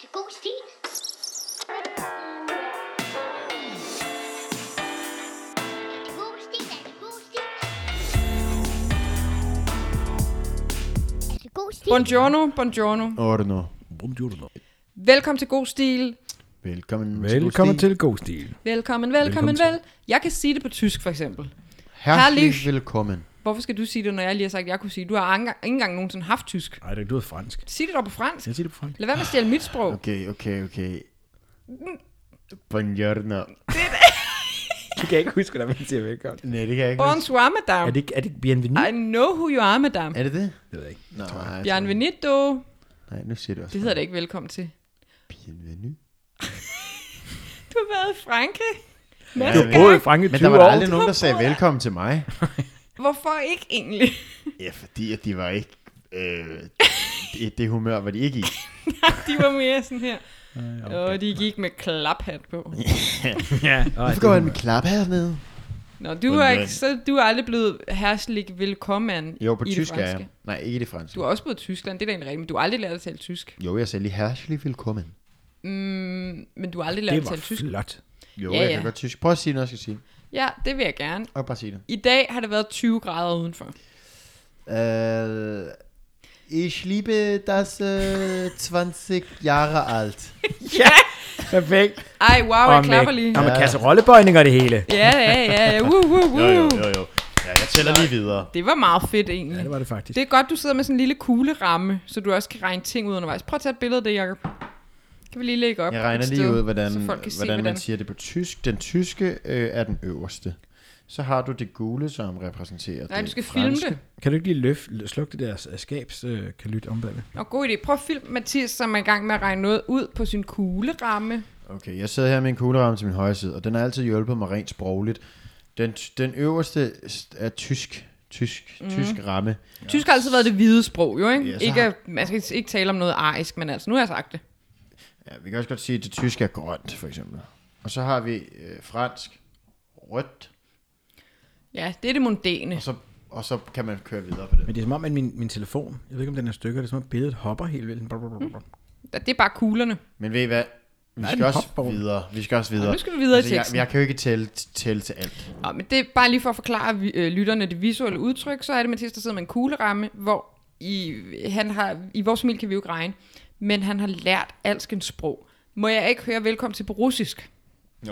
God stil. Buongiorno, buongiorno. Buongiorno. Velkommen til God Stil. Velkommen til God Stil. Velkommen. til. Jeg kan sige det på tysk, for eksempel. Herzlich willkommen. Hvorfor skal du sige det, når jeg lige har sagt, at jeg kunne sige det? Du har ikke engang nogensinde haft tysk. Nej, det er fransk. Sig det dog på fransk. Jeg siger det på fransk. Lad være med at stjæle mit sprog. Okay. Buongiorno. Du kan ikke huske, hvordan man siger velkommen. Nej, det kan jeg ikke. Bonsoir, madame. Er det bienvenue? I know who you are, madame. Er det det? Det ved jeg ikke. Nej. Bienvenido. Nej, nu siger du også. Det hedder det ikke velkommen til. Bienvenue. Du har været i Frankrig. Du har boet i Frankrig i Men 20 der var år. der aldrig nogen, der sagde velkommen til mig. Hvorfor ikke egentlig? Ja, fordi at de var ikke... det humør var de ikke i. De var mere sådan her. Og de gik med klaphat på. Ja. Hvorfor går man med klap hernede? Nå, du er aldrig blevet herzlich velkommen Jo, på i tysk det er franske. jeg. Nej, ikke i det franske. Du har også boet i Tyskland, det er da egentlig rigtigt, men du har aldrig lært at tale tysk. Jo, jeg sagde lige herzlich willkommen. Men du har aldrig lært Det at var tale tysk. flot. Jo, Ja, jeg ja. kan godt tysk. Prøv at sige noget, jeg skal sige. Ja, det vil jeg gerne. Og bare sige det. I dag har det været 20 grader udenfor. Ich liebe das 20 Jahre alt. Ja! Perfekt. Ej, wow, jeg klapper lige. Og med kasserollebøjning og det hele. Ja. Jo. Ja, jeg tæller lige videre. Det var meget fedt egentlig. Ja, det var det faktisk. Det er godt, du sidder med sådan en lille kugleramme, så du også kan regne ting ud undervejs. Prøv at tage et billede af det, Jacob. Kan vi lige lægge op? Jeg regner et lige sted, ud, så folk kan se, hvordan man siger det på tysk. Den tyske er den øverste. Så har du det gule, som repræsenterer Nej, det du skal franske. filme det. Kan du ikke lige slukke det der skabskalyt om bagved? Nå, god idé. Prøv at filme Mathias, som er i gang med at regne noget ud på sin kugleramme. Okay, jeg sidder her med en kugleramme til min højre side, og den har altid hjulpet mig rent sprogligt. Den øverste er tysk ramme. Tysk har altid været det hvide sprog, jo, ikke? Ja, så Ikke man skal ikke tale om noget arisk, men altså, nu har jeg sagt det. Ja, vi kan også godt sige, at det tyske er grønt, for eksempel. Og så har vi fransk rødt, Ja, det er det mondæne. og så kan man køre videre på det. Men det er som om, at min telefon, jeg ved ikke om den er stykker, det er som om billedet hopper helt vildt. Det er bare kuglerne. Men ved I hvad? Vi skal også videre. Nu skal vi videre i teksten. Jeg kan jo ikke tælle til alt. Nå, men det er bare lige for at forklare lytterne det visuelle udtryk, så er det Mathias, der sidder med en kugleramme, hvor i vores familie kan vi jo ikke regne, men han har lært alskens sprog. Må jeg ikke høre velkommen til på russisk? Jo.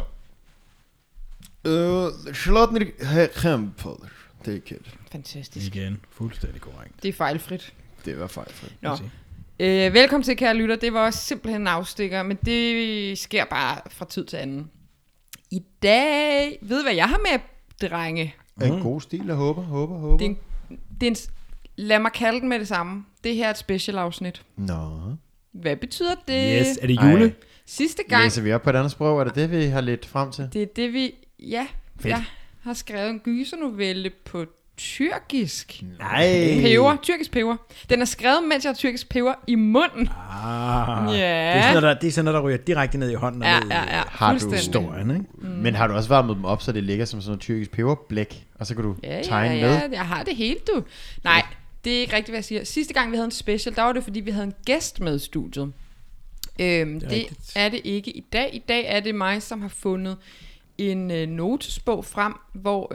Charlotte Krempel. Det er kendt. Fantastisk. Igen, fuldstændig korrekt. Det er fejlfrit. Det var fejlfrit. Nå. Velkommen til, kære lytter. Det var også simpelthen en afstikker, men det sker bare fra tid til anden. I dag, ved hvad jeg har med, drenge? En god stil, jeg håber. Lad mig kalde den med det samme. Det her er et special afsnit. Nå. Hvad betyder det? Yes, er det jule? Ej. Sidste gang, Læser vi op på et andet sprog? Er det det, vi har lidt frem til? det er det vi, Fedt. jeg har skrevet en gysernovelle på tyrkisk. Nej. Peber, tyrkisk peber. Den er skrevet, mens jeg har tyrkisk peber i munden. Ah, Ja. det er sådan noget, der ryger direkte ned i hånden. Ja, og ned i Har du fuldstændig. historien, ikke? Men har du også varmet dem op, så det ligger som sådan noget tyrkisk peberblæk, og så kan du tegne med? Ja, jeg har det helt, du. Nej, det er ikke rigtigt, hvad jeg siger. Sidste gang, vi havde en special, der var det, fordi vi havde en gæst med i studiet. Det er det ikke i dag. I dag er det mig, som har fundet en notesbog frem, hvor...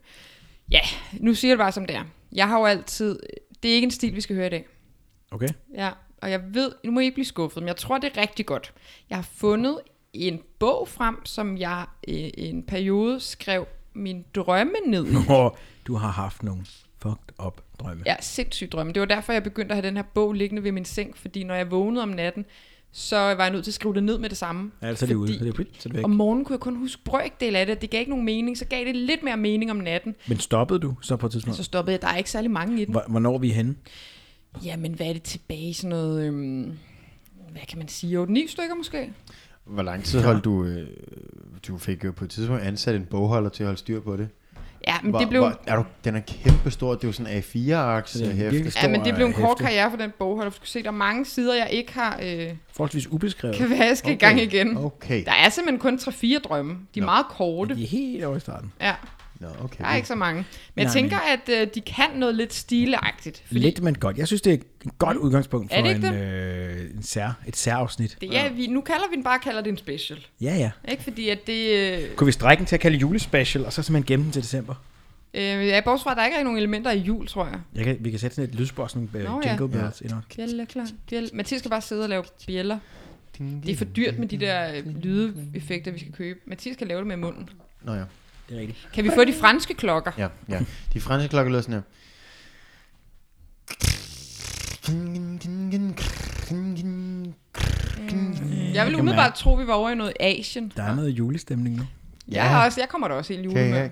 nu siger jeg det bare, som det er. Jeg har jo altid... Det er ikke en stil, vi skal høre i dag. Okay. Ja, og jeg ved... Nu må I ikke blive skuffet, men jeg tror, det er rigtig godt. Jeg har fundet en bog frem, som jeg i en periode skrev min drømme ned i. Du har haft nogle fucked up drømme. Ja, sindssygt drømme. Det var derfor, jeg begyndte at have den her bog liggende ved min seng, fordi når jeg vågnede om natten, så var jeg nødt til at skrive det ned med det samme. Ja, altså det er ude, så det er væk. Om morgenen kunne jeg kun huske brøkdel af det, det gav ikke nogen mening, så gav det lidt mere mening om natten. Men stoppede du så på et tidspunkt? Så stoppede jeg, der er ikke særlig mange i den. Hvornår er vi henne? Jamen, hvad er det tilbage? Sådan noget, hvad kan man sige, 8-9 stykker måske? Hvor lang tid holdt du... Du fik jo på et tidspunkt ansat en bogholder til at holde styr på det. Ja, men det blev... Den er kæmpe stor. Det er jo sådan A4-arks hæfte. Ja, men det blev en kort karriere for den bogholder. Du skal se, der er mange sider, jeg ikke har... Forholdsvis ubeskrevet. Kan vaske i gang igen. Okay. Der er simpelthen kun 3-4 drømme. De er meget korte. De er helt over i starten. Ja. Okay. Der er ikke så mange. Men jeg tænker, at de kan noget lidt stileagtigt. Lidt, men godt. Jeg synes, det er et godt udgangspunkt for et særafsnit. Nu kalder vi den kalder det en special. Ja. Ikke fordi, at det... Kunne vi strække den til at kalde julespecial, og så simpelthen gemme den til december? Jeg bortset fra, at der ikke er nogen elementer i jul, tror jeg. Vi kan sætte sådan et lydspor, sådan nogle jingle bells ind. Bjælle, klar. Mathias skal bare sidde og lave bjæller. Det er for dyrt med de der lydeffekter, vi skal købe. Mathias kan lave det med munden. Nå ja, det er rigtigt. Kan vi få de franske klokker? Ja. De franske klokker lyder sådan her. Jeg vil umiddelbart tro, vi var over i noget Asien. Der er noget julestemning nu. Jeg kommer da også helt julemad.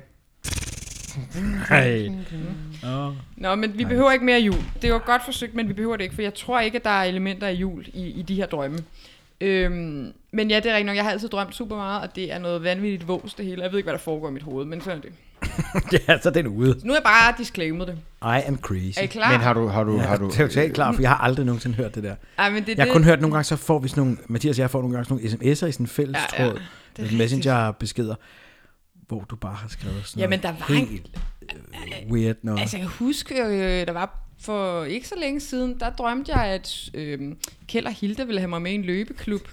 Nå, men vi behøver ikke mere jul. Det var godt forsøgt, men vi behøver det ikke, for jeg tror ikke, at der er elementer af jul i de her drømme. Men ja, det er rigtigt nok. Jeg har altid drømt super meget, og det er noget vanvittigt vås det hele. Jeg ved ikke, hvad der foregår i mit hoved, men sådan er det. Ja, så er den ude. Så nu er jeg bare disclaimet det. I am crazy. Er I klar? Men har du... Jeg er totalt klar, for jeg har aldrig nogensinde hørt det der. Ej, men jeg har kun hørt nogle gange, så får vi sådan nogle... Mathias og jeg får nogle gange sådan nogle sms'er i sådan en fælles tråd. Messenger-beskeder, hvor du bare har skrevet sådan noget der var helt weird noget. Altså, jeg kan huske, der var for ikke så længe siden, der drømte jeg, at Kjeld og Hilda ville have mig med i en løbeklub.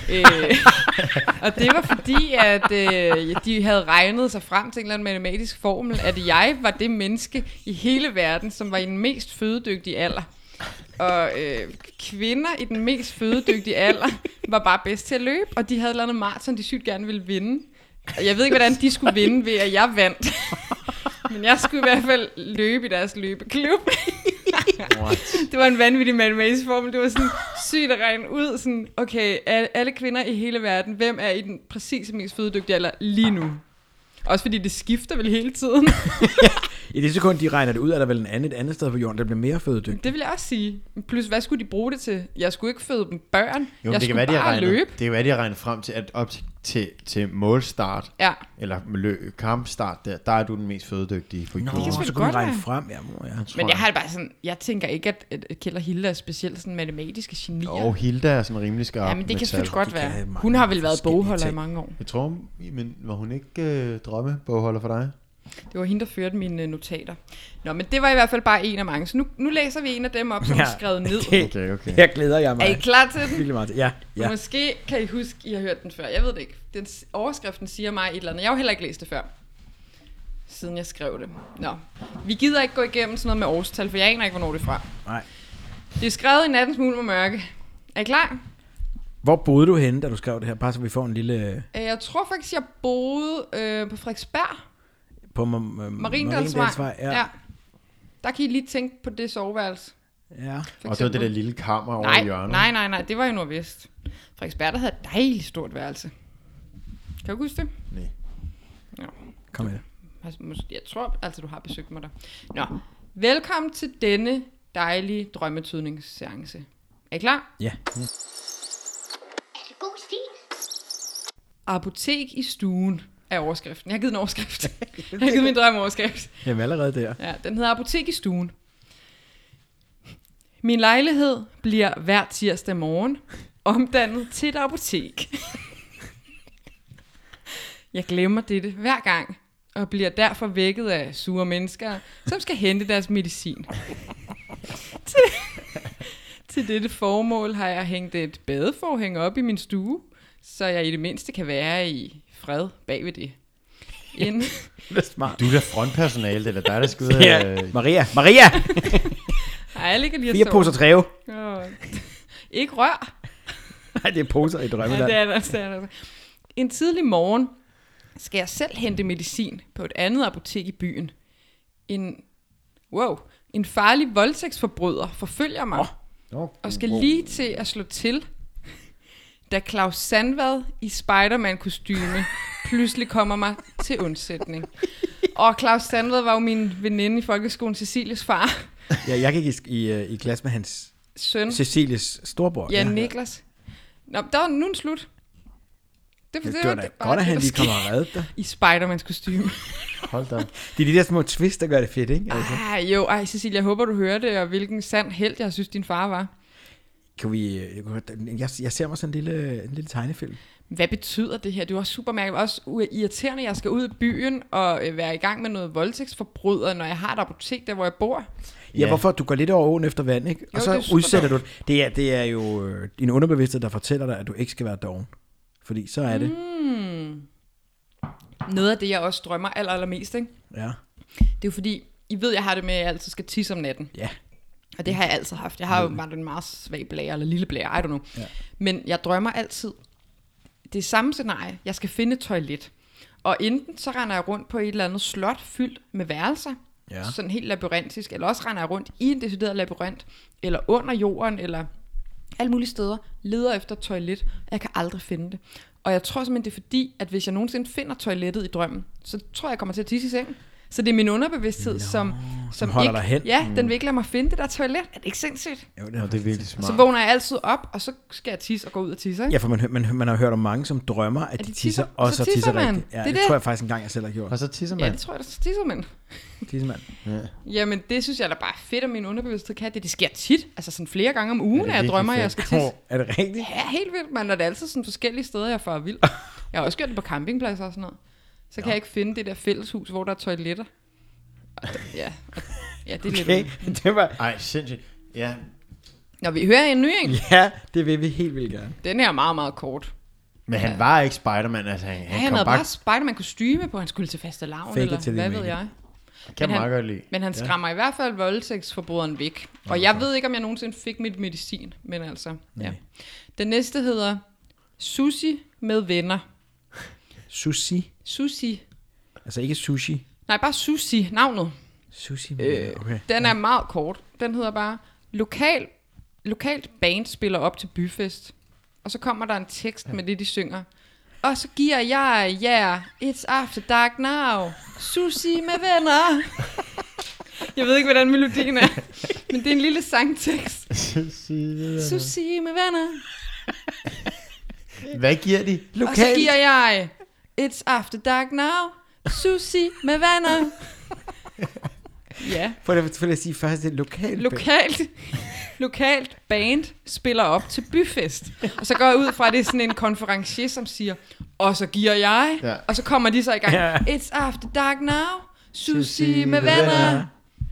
Og det var fordi, at de havde regnet sig frem til en eller anden matematisk formel, at jeg var det menneske i hele verden, som var i den mest fødedygtige alder. Og kvinder i den mest fødedygtige alder var bare bedst til at løbe, og de havde et eller andet maraton, de sygt gerne ville vinde. Og jeg ved ikke, hvordan de skulle vinde ved, at jeg vandt. Men jeg skulle i hvert fald løbe i deres løbeklub. Det var en vanvittig matematisk formel. Det var sådan sygt at regne ud. Sådan, okay, alle kvinder i hele verden, hvem er i den præcise mest fødedygtige alder lige nu? Også fordi det skifter vel hele tiden. I det sekund, de regner det ud, er der vel et andet sted på jorden, der bliver mere fødedygtigt. Det vil jeg også sige. Plus, hvad skulle de bruge det til? Jeg skulle ikke føde dem børn. Jo, jeg skulle bare løbe. Det kan være, de har regnet frem til, at op til målstart, eller kampstart, der er du den mest fødedygtige. Nå, så kunne vi regne frem. Men jeg har det bare sådan, jeg tænker ikke, at Kjeld og Hilda er specielt sådan matematiske genier. Hilda er sådan rimelig skarp. Ja, men det kan selvfølgelig godt være. Hun har vel været bogholder i mange år. Jeg tror, men var hun ikke drømmebogholder for dig? Det var hende, der førte mine notater. Nå, men det var i hvert fald bare en af mange. Så nu læser vi en af dem op, som er skrevet ned. Okay. Jeg glæder jeg mig. Er I klar til den? Ja. Måske kan I huske, I har hørt den før. Jeg ved det ikke. Overskriften siger mig et eller andet. Jeg har jo heller ikke læst det før, siden jeg skrev det. Nå, vi gider ikke gå igennem sådan noget med årstal, for jeg aner ikke, hvornår det er fra. Nej. Det er skrevet i nattens mulm og mørke. Er I klar? Hvor boede du henne, da du skrev det her? Bare så vi får en lille... Jeg tror faktisk, jeg boede på Frederiksberg. På Mariendalsvej. Ja. Der kan I lige tænke på det soveværelse. Ja. Og det var det der lille kammer over i hjørnet. Nej, det var jo Nordvest. Frederiksberg, der havde et dejligt stort værelse. Kan du huske det? Nej. Ja. Kom med det. Jeg tror altså, du har besøgt mig der. Nå, velkommen til denne dejlige drømmetydningsseance. Er I klar? Ja. Er det god stil? Apotek i stuen er overskriften. Jeg har givet en overskrift. Jeg har givet min drømmeoverskrift. Jamen allerede der. Ja, den hedder Apotek i stuen. Min lejlighed bliver hver tirsdag morgen omdannet til et apotek. Jeg glemmer dette hver gang, og bliver derfor vækket af sure mennesker, som skal hente deres medicin. Til dette formål har jeg hængt et badeforhæng op i min stue, så jeg i det mindste kan være i fred bagved det. Det er smart. Du er da frontpersonale, eller dig, der skal ud af... Maria! Ej, jeg ligger lige 4 poser træve. Ikke rør. Nej, det er poser i drømme. Ja, det er der. En tidlig morgen skal jeg selv hente medicin på et andet apotek i byen. En farlig voldtægtsforbryder forfølger mig og skal lige til at slå til, da Claus Sandvad i Spider-Man-kostyme pludselig kommer mig til undsætning. Og Claus Sandvad var jo min veninde i folkeskolen, Cecilies far. Ja, jeg gik i klasse med hans søn. Cecilies storbror. Ja, Niklas. Nå, der var nu en slut. Det var da godt, at han lige kommer og redde dig. I Spider-Mans kostyme. Hold da. Det er de der små twist, der gør det fedt, ikke? Altså. Cecilie, jeg håber, du hører det, og hvilken sand held, jeg synes, din far var. Kan vi... Jeg ser mig sådan en lille tegnefilm. Hvad betyder det her? Det er også super mærkeligt. Også irriterende, at jeg skal ud i byen og være i gang med noget voldtægtsforbryder, når jeg har et apotek der, hvor jeg bor. Ja, hvorfor? Du går lidt over åen efter vand, ikke? Og Jo, så udsætter du... Det er jo din underbevidsthed, der fortæller dig, at du ikke skal være doven. Fordi så er det... Noget af det, jeg også drømmer allermest, ikke? Ja. Det er jo fordi, I ved, jeg har det med, at jeg altid skal tisse om natten. Ja. Og det har jeg altid haft. Jeg har jo bare en meget svag blære, eller lille blære, I don't know. Ja. Men jeg drømmer altid, det er samme scenarie, jeg skal finde et toilet. Og enten så render jeg rundt på et eller andet slot fyldt med værelser, sådan helt labyrintisk, eller også render jeg rundt i en decideret labyrint, eller under jorden, eller alle mulige steder, leder efter et toilet, og jeg kan aldrig finde det. Og jeg tror simpelthen, det er fordi, at hvis jeg nogensinde finder toilettet i drømmen, så tror jeg kommer til at tisse i sengen. Så det er min underbevidsthed, som holder ikke, dig hen. Ja, den vil ikke lade mig finde det der toilet. Er det ikke sindssygt? Jo, Det er virkelig smart. Så vågner jeg altid op, og så skal jeg tisse og gå ud og tisse, ikke? Ja, for man har hørt om mange, som drømmer, at de tisser, og så tisser rigtigt. Ja, det tror jeg faktisk engang, jeg selv har gjort. Og så tisser man. Ja, det tror jeg, så tisser man. Tissemand. Ja. Jamen, det synes jeg da bare er fedt, at min underbevidsthed kan det. Det sker tit, altså sådan flere gange om ugen, Ja, det er at jeg virkelig drømmer, at jeg fedt. skal tisse. Er det rigtigt? Ja, helt vildt, man. Og det er altid sådan forskellige steder, jeg får vild. Jeg har også gjort det på campingpladser og sådan noget. Så kan jeg ikke finde det der fælleshus, hvor der er toiletter. Ja, det er lidt Okay, det var... Ej, sindssygt. Ja, Når vi hører en ny, ikke? Ja, det vil vi helt vildt gerne. Den her er meget, meget kort. men han var ikke Spider-Man, altså han Han kom havde bare... bare Spider-Man-kostyme på, han skulle til fastelavn, Fake it eller till hvad you ved make it. jeg. Kan Men meget godt lide. Men han skræmmer i hvert fald voldtægtsforbryderen væk. Og jeg ved ikke, om jeg nogensinde fik mit medicin, men altså, ja. Den næste hedder Sushi med venner. Sushi. Sushi. Altså ikke sushi. Nej, bare sushi, navnet. Sushi med okay. Den er meget kort. Den hedder bare, lokalt band spiller op til byfest. Og så kommer der en tekst med det, de synger. Og så giver jeg, it's after dark now. Sushi med venner. Jeg ved ikke, hvordan melodien er. Men det er en lille sangtekst. Sushi med venner. Hvad giver de? Og så giver jeg, it's after dark now. Sushi med venner. Ja. For at sige først, det er Lokalt band spiller op til byfest. Og så går jeg ud fra, at det er sådan en konferencier, som siger, og så giver jeg. Ja. Og så kommer de så i gang. Ja. It's after dark now. Sushi med venner.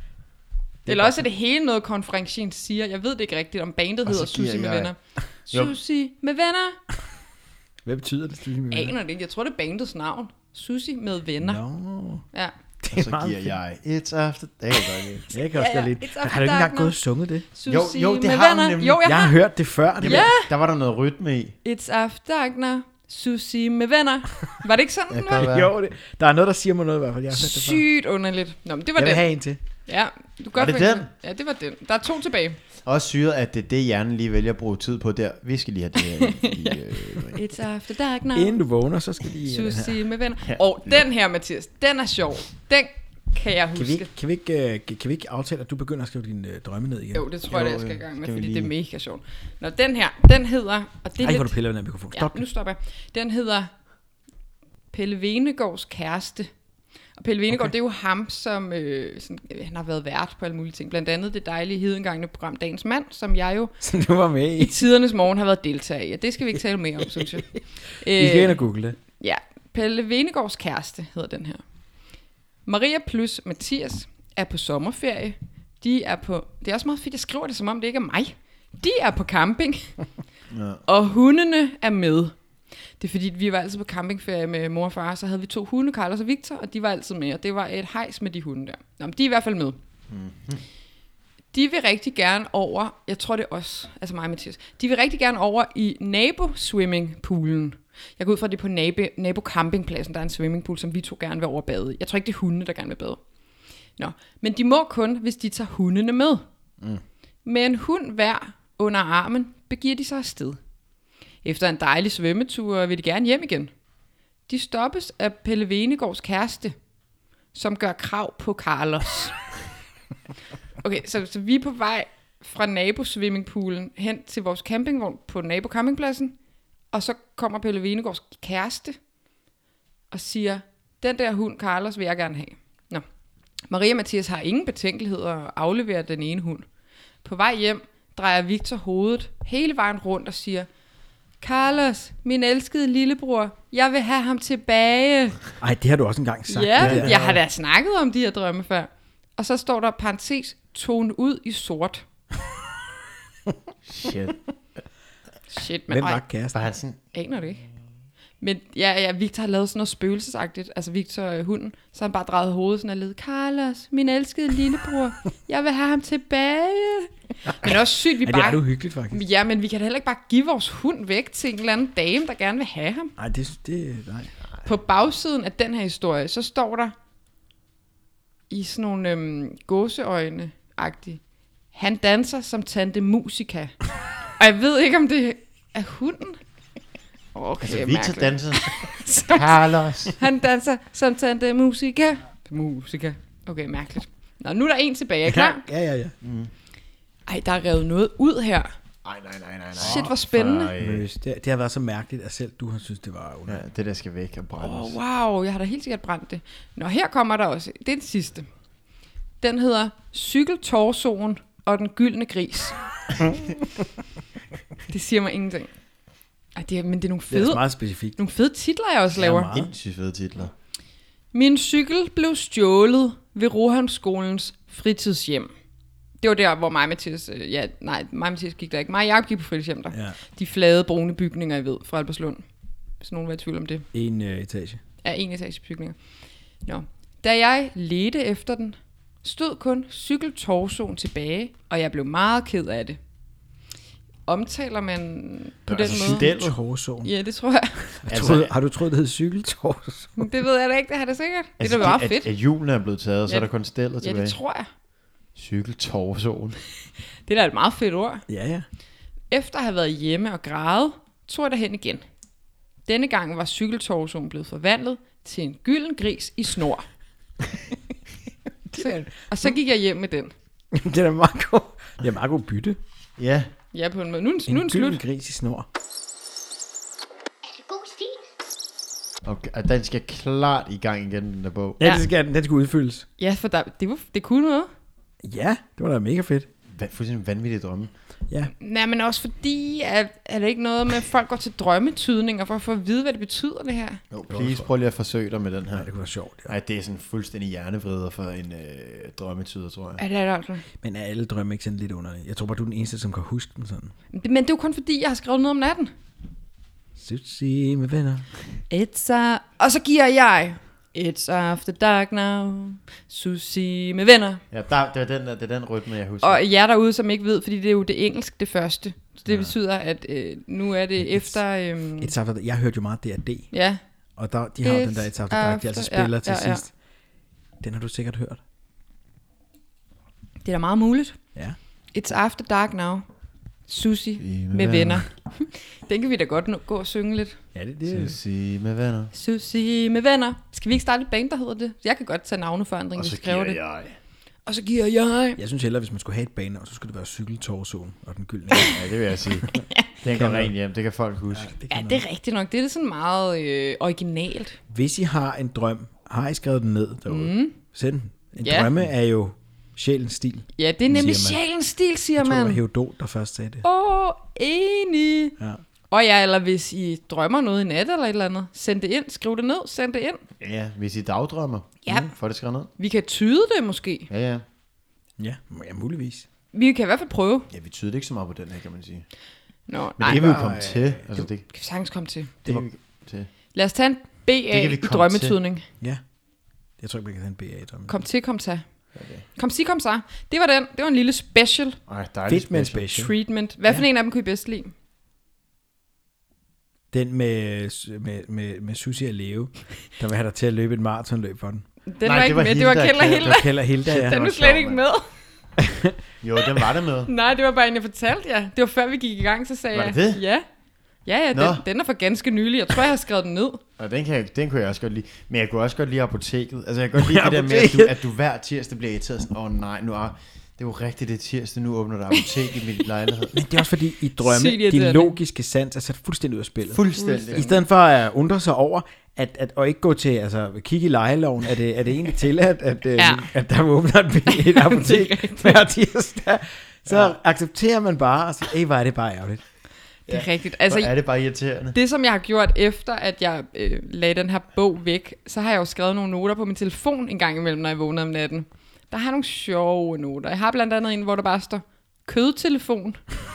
Eller også er det hele noget, konferencien siger. Jeg ved det ikke rigtigt, om bandet hedder Sushi med venner. Sushi med venner. Hvad betyder det, sushi med venner? Aner det ikke. Jeg tror, det er bandets navn. Sushi med venner. No. Ja. Det Og så giver jeg it's after... Det kan jeg godt lide. Jeg kan også godt lide. it's after Har du ikke dark engang now. gået og sunget det? Sushi Jo, det med har hun venner. nemlig. Jo, Jeg har hørt det før. Det Ja. Der var der noget rytme i. It's after dark now. Sushi med venner. Var det ikke sådan, den var? være. Jo, der er noget, der siger mig noget i hvert fald. Jeg har hørt det før. Sygt underligt. Nå, men det var Jeg vil den. have en til. Ja, du gør Var det for eksempel- den? Ja, det var den. Der er 2 tilbage. Også syret, at det er det, hjernen lige vælger at bruge tid på der. Vi skal lige have det her. It's after dark now. Inden du vågner, så skal de... Sushi med venner. Ja. Og den her, Mathias, den er sjov. Den kan jeg huske. Kan vi ikke aftale, at du begynder at skrive dine drømme ned igen? Jo, det tror jeg, Jo, jeg skal i gang med, kan vi fordi lige- det er mega sjovt. Nå, den her, den hedder... Og det er Ej, hvor lidt, du piller ved den her mikrofon. Stop. Ja, nu stopper jeg. Den hedder Pelle Venegårds kæreste. Og Pelle Venegård, det er jo ham, som han har været vært på alle mulige ting. Blandt andet det dejlige hedengangne program Dagens Mand, som jeg jo Så du var med i i. tidernes morgen har været deltager i. Og det skal vi ikke tale mere om, synes jeg. I skal ind og google det. Ja, Pelle Venegårds kæreste hedder den her. Maria plus Mathias er på sommerferie. Det er også meget fedt, jeg skriver det, som om det ikke er mig. De er på camping, Ja. og hundene er med. Det er fordi, vi var altid på campingferie med mor og far, så havde vi 2 hunde, Carlos og Victor, og de var altid med, og det var et hejs med de hunde der. Nå, men de er i hvert fald med. Mm-hmm. De vil rigtig gerne over, jeg tror det er os, altså mig og Mathias, de vil rigtig gerne over i nabo-swimmingpoolen. Jeg går ud fra, det på nabo-campingpladsen, der er en swimmingpool, som vi 2 gerne vil over bade i. Jeg tror ikke, det er hundene, der gerne vil bade. Nå, men de må kun, hvis de tager hundene med. Mm. Med en hund hver under armen, begiver de sig afsted. Efter en dejlig svømmetur vil de gerne hjem igen. De stoppes af Pelle Venegårds kæreste, som gør krav på Carlos. Okay, så vi er på vej fra naboswimmingpoolen hen til vores campingvogn på nabocampingpladsen, og så kommer Pelle Venegårds kæreste og siger, den der hund, Carlos, vil jeg gerne have. Nå. Maria og Mathias har ingen betænkeligheder at aflevere den ene hund. På vej hjem drejer Victor hovedet hele vejen rundt og siger, Carlos, min elskede lillebror, jeg vil have ham tilbage. Ej, det har du også engang sagt. Ja, det der. jeg har da snakket om de her drømme før. Og så står der parentes, tone ud i sort. Shit. Shit, men Hvem var kæresten? Var han sådan... aner det ikke. Men ja, Victor har lavet sådan noget spøgelsesagtigt. Altså Victor, hunden. Så han bare drejet hovedet sådan og ledet, Carlos, min elskede lillebror, jeg vil have ham tilbage. Men også sygt, vi Ja, bare... det er ret uhyggeligt, faktisk. Ja, men vi kan da heller ikke bare give vores hund væk til en eller anden dame, der gerne vil have ham. Nej, nej. På bagsiden af den her historie, så står der i sådan nogle gåseøjne-agtige, han danser som tante Musica. Og jeg ved ikke, om det er hunden. Okay, Altså, Victor danser. Som- Carlos. Han danser som tante Musica. Musica. Okay, mærkeligt. Nå, nu er der en tilbage. Er I klar? Ja. Ej, der er revet noget ud her. Nej. Shit, hvor spændende. Møs, det har været så mærkeligt, at selv du har synes det var under. Ja, det der skal væk og brændes. Wow, jeg har da helt sikkert brændt det. Nå, her kommer der også. Det er den sidste. Den hedder Cykeltorsoen og den gyldne gris. Det siger mig ingenting. Ej, men det er nogle Det er fede, meget specifikt. nogle fede titler, jeg også Ja, laver. meget. Sindssygt fede titler. Min cykel blev stjålet ved Rohamskolens fritidshjem. Det var der, hvor mig og Mathias... mig og Mathias gik der ikke. Mig og Jacob gik på fritidshjem der. Ja. De flade, brune bygninger, jeg ved, fra Albertslund. Hvis nogen var i tvivl om det. En etage. Er en etagebygninger. Nå. Da jeg ledte efter den, stod kun cykeltorsoen tilbage, og jeg blev meget ked af det. Omtaler man på den altså måde? cykel- Cykeltorsoen. Ja, det tror jeg. Har du troet, det hed cykeltorsoen? Det ved jeg da ikke, det har det sikkert. Det Altså, er da meget fedt. At julen er blevet taget, og så Ja, er der kun stillet Ja, tilbage. det tror jeg. Cykeltorsoen. Det er da et meget fedt ord. Ja. Efter at have været hjemme og grædet, tog jeg derhen igen. Denne gang var cykeltorsoen blevet forvandlet til en gylden gris i snor. Og så gik jeg hjem med den. Det er meget god. Det er meget god bytte. Ja. Ja, på en måde. Nu er den En slut. gylden gris i snor. Er det god stil? Okay, og den skal klart i gang igen, den der bog. Ja, Ja. det skal den skal udfyldes. Ja, for det kunne noget. Ja, det var da mega fedt. Fuldstændig vanvittige drømme. Ja. Nej, men også fordi, at er det ikke noget med, at folk går til drømmetydninger for at få at vide, hvad det betyder, det her? Jo, please, prøv lige at forsøge dig med den her. Nej, det kunne være sjovt. Ja. Nej, det er sådan fuldstændig hjernevrider for en drømmetyder, tror jeg. Ja, det er det altså. Men er alle drømme ikke sådan lidt underlige? Jeg tror bare, du er den eneste, som kan huske den sådan. Men det er jo kun fordi, jeg har skrevet noget om natten. Sushi med venner. Og så giver jeg It's after dark now. Sushi med venner. Ja, det er den rytme, jeg husker. Og jer derude, som ikke ved, fordi det er jo det engelske, det første. Så det betyder, at nu er det efter... It's After, jeg hørte jo meget D&D, ja, og der, de har jo den der It's After Dark, de altså After, spiller ja, til ja, ja. sidst. Den har du sikkert hørt. det er da meget muligt. Ja. It's after dark now. Sushi med venner. Den kan vi da godt gå og synge lidt. Ja, det. Sushi med venner. Sushi med venner. Skal vi ikke starte et band, der hedder det? Jeg kan godt tage navneforandring, Og hvis så vi skriver giver det. jeg. Og så giver jeg. Jeg synes hellere, hvis man skulle have et bane, så skulle det være cykeltorsoen og den gyldne. Ja, det vil jeg sige. Den går rent hjem, det kan folk huske. Ja, det er rigtigt nok. Det er sådan meget originalt. Hvis I har en drøm, har I skrevet den ned derude? Send den. En Ja. drømme er jo sjælens stil. Ja, det er nemlig Siger man. sjælens stil, siger Jeg tror, det var man. Herodot, der først sagde det. Enig. Ja. Og ja, eller hvis I drømmer noget i nat eller et eller andet, send det ind, skriv det ned, send det ind. Ja, hvis I dagdrømmer. Ja. Få det skrevet ned. Vi kan tyde det måske. Ja. Ja, muligvis. Vi kan i hvert fald prøve. Ja, vi tyder ikke så meget på den her, kan man sige. Nå, Men nej, det kan vi jo var, komme til. Altså, det kan vi sagtens komme til. kan vi til. Lad os tage en BA kan vi i komme drømmetydning. Ja. Jeg tror ikke, man kan have en BA i drømme. Kom til, kom til. Okay. Kom sig, kom så. Det var den. Det var en lille special Ej, dejligt Fedt med en special. treatment. Hvad for en af dem kunne I bedst lide? Den med Sushi og Leo, der vil have dig til at løbe et maratonløb for den. Den Nej, var det ikke var med. Det Hilda var og Kjeld og Kjeld. Hilda. Der Kjeld og Hilda, ja. Den er var slet sjov, ikke mand. med. Jo, den var der med. Nej, det var bare en, jeg fortalte jer. Det var før vi gik i gang, så sagde Var jeg. det det? Ja. Ja, Nå. den er for ganske nylig. Jeg tror, jeg har skrevet den ned. Og den kunne jeg også godt lide. Men jeg kunne også godt lide apoteket. Altså, jeg kan godt lide det der med, at du hver tirsdag bliver irriteret sådan, nej, nu er det er jo rigtigt, det er tirsdag, nu åbner der apotek i min lejlighed. Men det er også fordi, i drømme, Sygt irriterende. din logiske sans er sat fuldstændig ud af spillet. Fuldstændig. I stedet for at undre sig over, og ikke gå til, altså kigge i lejeloven, er det egentlig tilladt, at der åbner et apotek hver tirsdag? Så accepterer man bare, og siger, hvor er det bare ærgerligt. Det er rigtigt. Altså, er det bare irriterende. Det, som jeg har gjort efter, at jeg lagde den her bog væk, så har jeg jo skrevet nogle noter på min telefon en gang imellem, når jeg vågner om natten. Der har jeg nogle sjove noter. Jeg har blandt andet en, hvor der bare står, kødtelefon.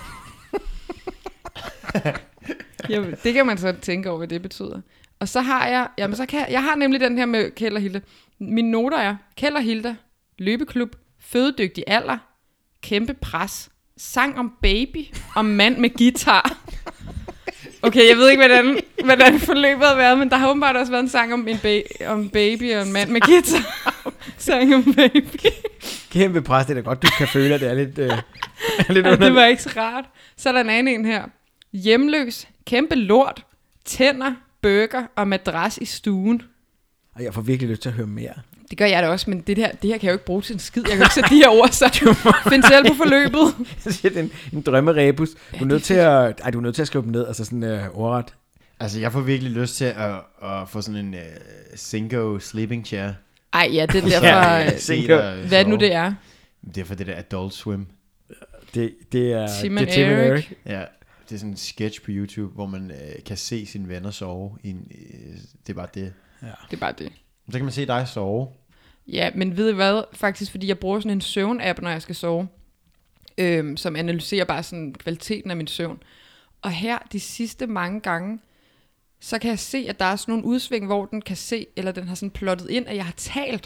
Det kan man så tænke over, hvad det betyder. Og så har jeg, jeg har nemlig den her med Kjeld og Hilda. Mine noter er, Kjeld og Hilda, løbeklub, fødedygtig alder, kæmpe pres, sang om baby, og mand med guitar. Okay, jeg ved ikke, hvordan forløbet har været, men der har åbenbart også været en sang om baby og en mand med guitar. Sang om baby. Kæmpe pres, det er da godt, du kan føle, at det er lidt, lidt ja, det var ikke så rart. Så er der en anden en her. Hjemløs, kæmpe lort, tænder, burger og madras i stuen. Og jeg får virkelig lyst til at høre mere. Det gør jeg da også, men det her kan jeg jo ikke bruge til en skid. Jeg kan jo ikke sætte de her ord, så find selv på forløbet. Det er en drømmerebus. Du er nødt til at skrive dem ned, altså sådan ordret. Altså, jeg får virkelig lyst til at få sådan en Singo sleeping chair. Ej, ja, det er derfor... Hvad nu det er? Det er for det der Adult Swim. Det er Tim and Eric. Ja, det er sådan en sketch på YouTube, hvor man kan se sine venner sove. Det er bare det. Ja. Det er bare det. Så kan man se dig sove. Ja, men ved I hvad? Faktisk, fordi jeg bruger sådan en søvn-app, når jeg skal sove, som analyserer bare sådan kvaliteten af min søvn. Og her, de sidste mange gange, så kan jeg se, at der er sådan nogle udsving, hvor den kan se, eller den har sådan plottet ind, at jeg har talt.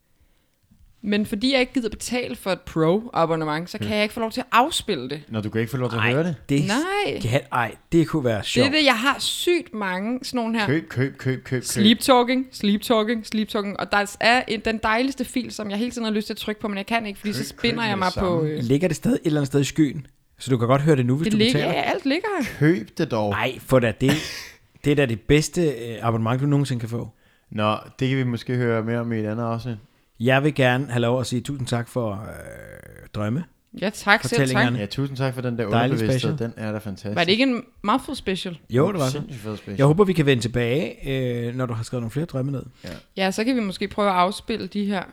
Men fordi jeg ikke gider betale for et Pro-abonnement, så kan jeg ikke få lov til at afspille det. Når du kan ikke få lov til at høre det? Nej. Det kunne være sjovt. Det er det, jeg har sygt mange sådan nogle her. Køb. Sleep talking. Og der er den dejligste fil, som jeg hele tiden har lyst til at trykke på, men jeg kan ikke, fordi så spinder jeg mig på... Ligger det stadig et eller andet sted i skyen? Så du kan godt høre det nu, hvis du betaler? Ja, alt ligger her. Køb det dog. Nej, for da det er da det bedste abonnement, du nogensinde kan få. Nå, det kan vi måske høre mere om i et andet afsnit. Jeg vil gerne have lov at sige tusind tak for drømme. Ja, tak selv tak. Ja, tusind tak for den der underbevidsthed. Den er da fantastisk. Var det ikke en meget fed special? Jo, det var det. Jeg håber, vi kan vende tilbage, når du har skrevet nogle flere drømme ned. Ja, så kan vi måske prøve at afspille de her,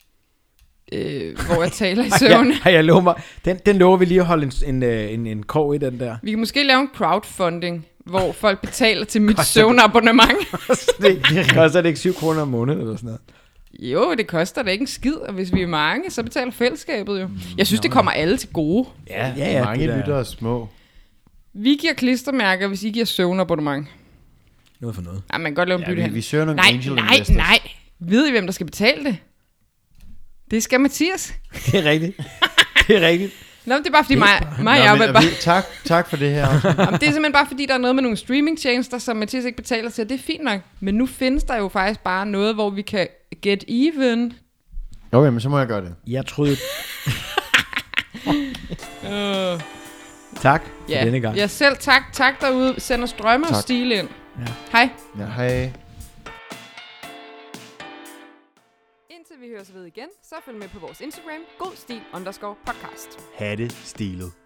hvor jeg taler i søvn. Jeg lover mig. Den lover vi lige at holde en krog i den der. Vi kan måske lave en crowdfunding, hvor folk betaler til mit søvnabonnement. Koster det ikke 7 kroner om måneden eller sådan noget? Jo, det koster da ikke en skid, og hvis vi er mange, så betaler fællesskabet jo. Jeg synes, det kommer alle til gode. Ja, mange lyttere små. Vi giver klistermærker, hvis I giver søvnabonnement. Noget for noget. Ja, man kan godt lave en bytte. Vi søger nogle angel investors. Nej. Ved I, hvem der skal betale det? Det skal Mathias. Det er rigtigt. Nå, det er bare fordi mig tak for det her. Jamen, det er simpelthen bare fordi, der er noget med nogle streamingtjenester, som Mathias ikke betaler til. Det er fint nok. Men nu findes der jo faktisk bare noget, hvor vi kan get even. Okay, men så må jeg gøre det. Jeg troede... Tak for denne gang. Ja, selv tak. Tak derude. Send os drømme og stil ind. Ja. Hej. Ja, hej. Indtil vi høres ved igen, så følg med på vores Instagram, godstil_podcast. Ha' det stilet.